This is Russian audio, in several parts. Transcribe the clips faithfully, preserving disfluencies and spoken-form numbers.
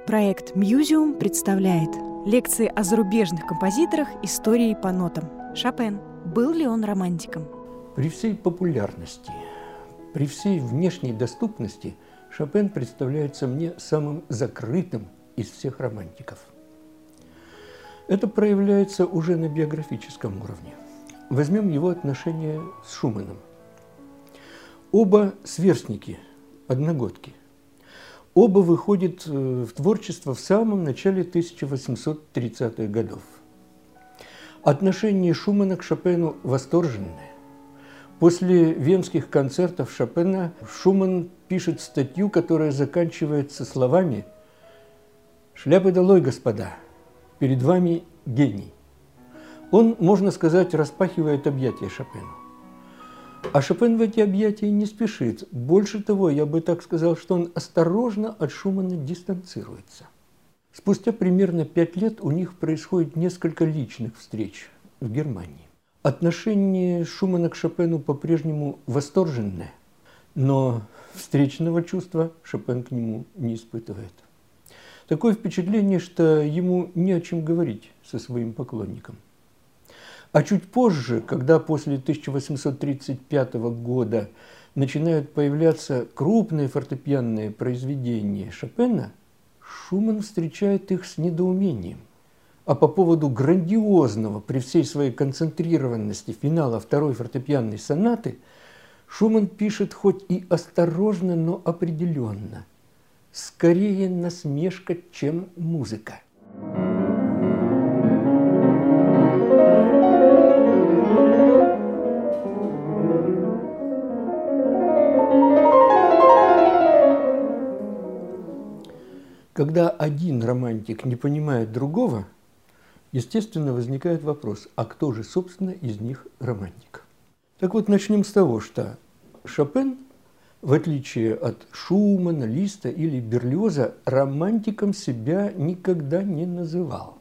Проект «Мьюзиум» представляет лекции о зарубежных композиторах истории по нотам. Шопен. Был ли он романтиком? При всей популярности, при всей внешней доступности Шопен представляется мне самым закрытым из всех романтиков. Это проявляется уже на биографическом уровне. Возьмем его отношения с Шуманом. Оба сверстники, одногодки. Оба выходят в творчество в самом начале тысяча восемьсот тридцатых годов. Отношение Шумана к Шопену восторженное. После венских концертов Шопена Шуман пишет статью, которая заканчивается словами: «Шляпы долой, господа, перед вами гений». Он, можно сказать, распахивает объятия Шопену. А Шопен в эти объятия не спешит. Больше того, я бы так сказал, что он осторожно от Шумана дистанцируется. Спустя примерно пять лет у них происходит несколько личных встреч в Германии. Отношение Шумана к Шопену по-прежнему восторженное, но встречного чувства Шопен к нему не испытывает. Такое впечатление, что ему не о чем говорить со своим поклонником. А чуть позже, когда после тысяча восемьсот тридцать пятого года начинают появляться крупные фортепианные произведения Шопена, Шуман встречает их с недоумением. А по поводу грандиозного, при всей своей концентрированности, финала второй фортепианной сонаты, Шуман пишет хоть и осторожно, но определенно: «Скорее насмешка, чем музыка». Когда один романтик не понимает другого, естественно, возникает вопрос: а кто же, собственно, из них романтик? Так вот, начнем с того, что Шопен, в отличие от Шумана, Листа или Берлиоза, романтиком себя никогда не называл.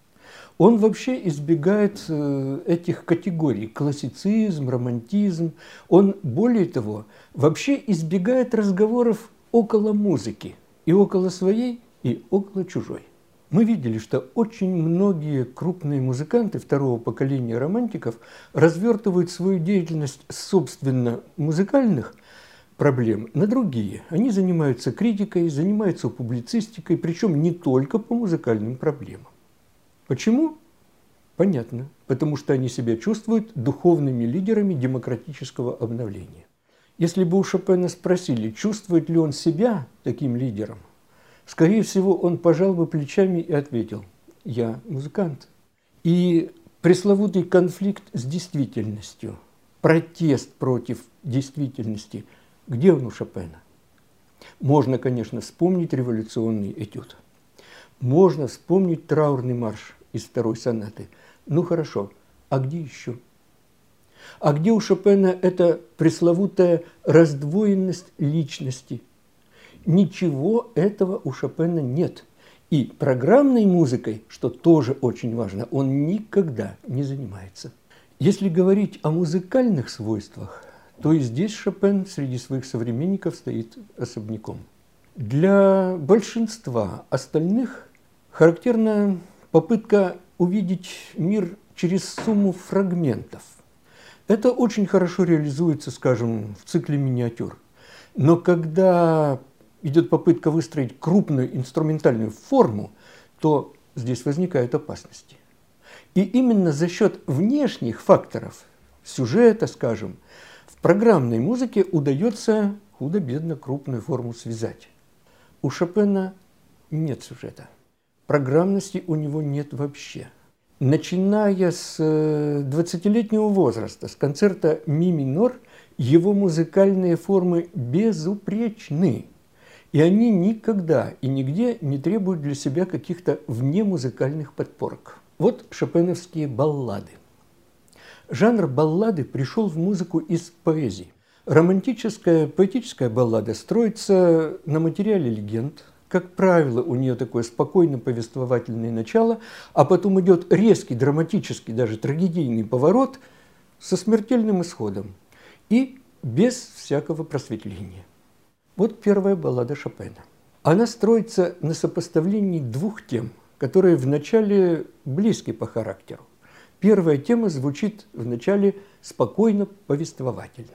Он вообще избегает этих категорий: классицизм, романтизм. Он, более того, вообще избегает разговоров около музыки, и около своей, и около чужой. Мы видели, что очень многие крупные музыканты второго поколения романтиков развертывают свою деятельность с собственно музыкальных проблем на другие. Они занимаются критикой, занимаются публицистикой, причем не только по музыкальным проблемам. Почему? Понятно. Потому что они себя чувствуют духовными лидерами демократического обновления. Если бы у Шопена спросили, чувствует ли он себя таким лидером, скорее всего, он пожал бы плечами и ответил: «Я музыкант». И пресловутый конфликт с действительностью, протест против действительности, где он у Шопена? Можно, конечно, вспомнить революционный этюд. Можно вспомнить траурный марш из второй сонаты. Ну хорошо, а где еще? А где у Шопена эта пресловутая раздвоенность личности? Ничего этого у Шопена нет. И программной музыкой, что тоже очень важно, он никогда не занимается. Если говорить о музыкальных свойствах, то и здесь Шопен среди своих современников стоит особняком. Для большинства остальных характерна попытка увидеть мир через сумму фрагментов. Это очень хорошо реализуется, скажем, в цикле миниатюр. Но когда идет попытка выстроить крупную инструментальную форму, то здесь возникают опасности. И именно за счет внешних факторов, сюжета, скажем, в программной музыке удается худо-бедно крупную форму связать. У Шопена нет сюжета. Программности у него нет вообще. Начиная с двадцатилетнего возраста, с концерта ми минор, его музыкальные формы безупречны. И они никогда и нигде не требуют для себя каких-то внемузыкальных подпорок. Вот шопеновские баллады. Жанр баллады пришел в музыку из поэзии. Романтическая, поэтическая баллада строится на материале легенд. Как правило, у нее такое спокойно-повествовательное начало, а потом идет резкий, драматический, даже трагедийный поворот со смертельным исходом и без всякого просветления. Вот первая баллада Шопена. Она строится на сопоставлении двух тем, которые вначале близки по характеру. Первая тема звучит вначале спокойно, повествовательно.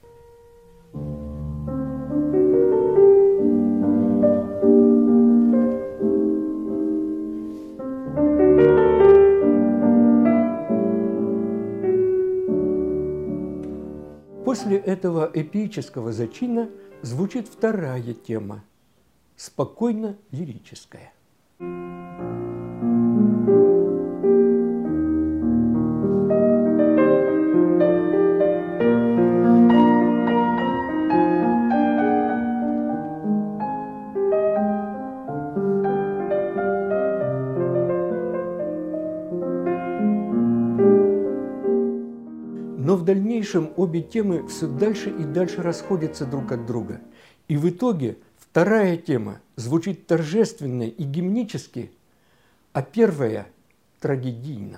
После этого эпического зачина звучит вторая тема, спокойно лирическая. Но в дальнейшем обе темы все дальше и дальше расходятся друг от друга. И в итоге вторая тема звучит торжественно и гимнически, а первая – трагедийно.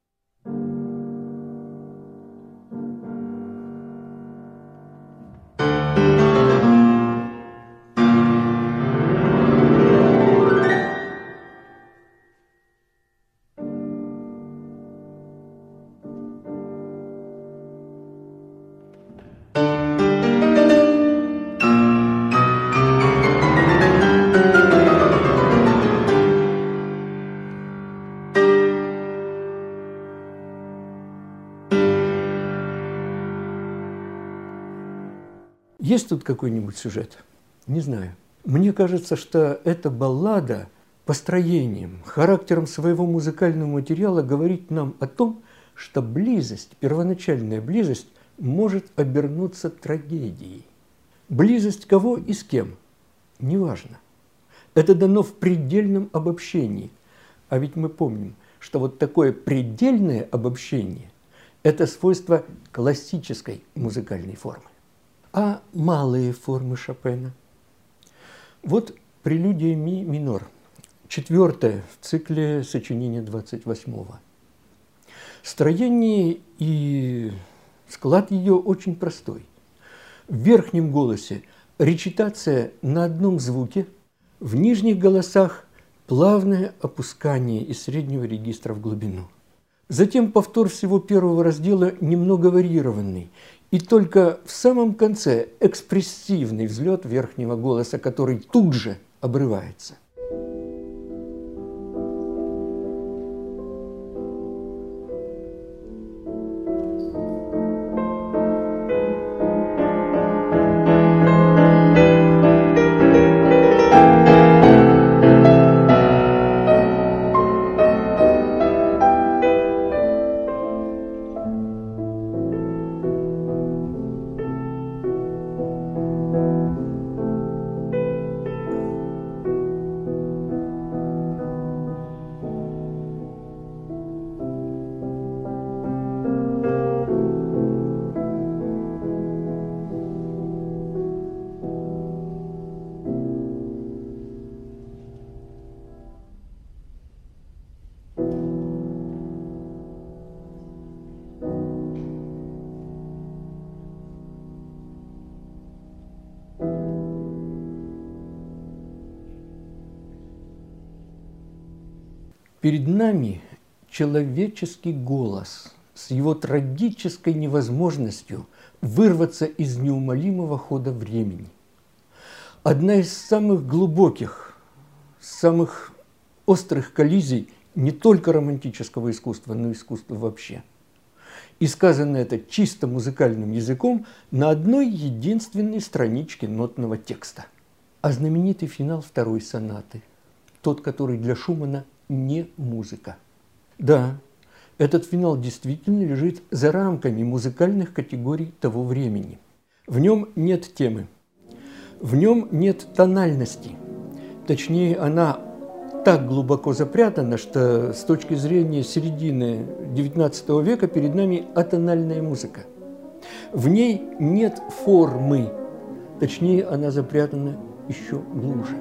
Есть тут какой-нибудь сюжет? Не знаю. Мне кажется, что эта баллада построением, характером своего музыкального материала говорит нам о том, что близость, первоначальная близость, может обернуться трагедией. Близость кого и с кем? Неважно. Это дано в предельном обобщении. А ведь мы помним, что вот такое предельное обобщение – это свойство классической музыкальной формы. А малые формы Шопена? Вот прелюдия ми минор, четвертая в цикле сочинения двадцать восьмого. Строение и склад ее очень простой. В верхнем голосе речитация на одном звуке, в нижних голосах плавное опускание из среднего регистра в глубину. Затем повтор всего первого раздела немного варьированный, и только в самом конце экспрессивный взлет верхнего голоса, который тут же обрывается. Перед нами человеческий голос с его трагической невозможностью вырваться из неумолимого хода времени. Одна из самых глубоких, самых острых коллизий не только романтического искусства, но и искусства вообще. И сказано это чисто музыкальным языком на одной единственной страничке нотного текста. А знаменитый финал второй сонаты, тот, который для Шумана не музыка. Да, этот финал действительно лежит за рамками музыкальных категорий того времени. В нем нет темы, в нем нет тональности. Точнее, она так глубоко запрятана, что с точки зрения середины девятнадцатого века перед нами атональная музыка. В ней нет формы, точнее, она запрятана еще глубже.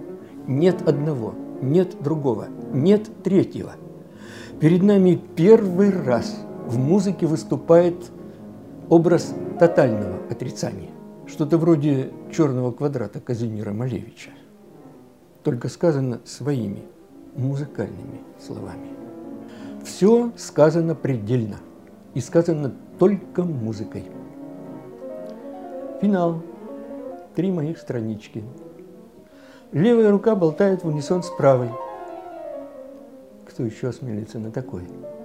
Нет одного, нет другого, нет третьего. Перед нами первый раз в музыке выступает образ тотального отрицания. Что-то вроде черного квадрата Казимира Малевича. только сказано своими музыкальными словами. Все сказано предельно и сказано только музыкой. Финал. Три моих странички. Левая рука болтает в унисон с правой. Кто еще осмелится на такое?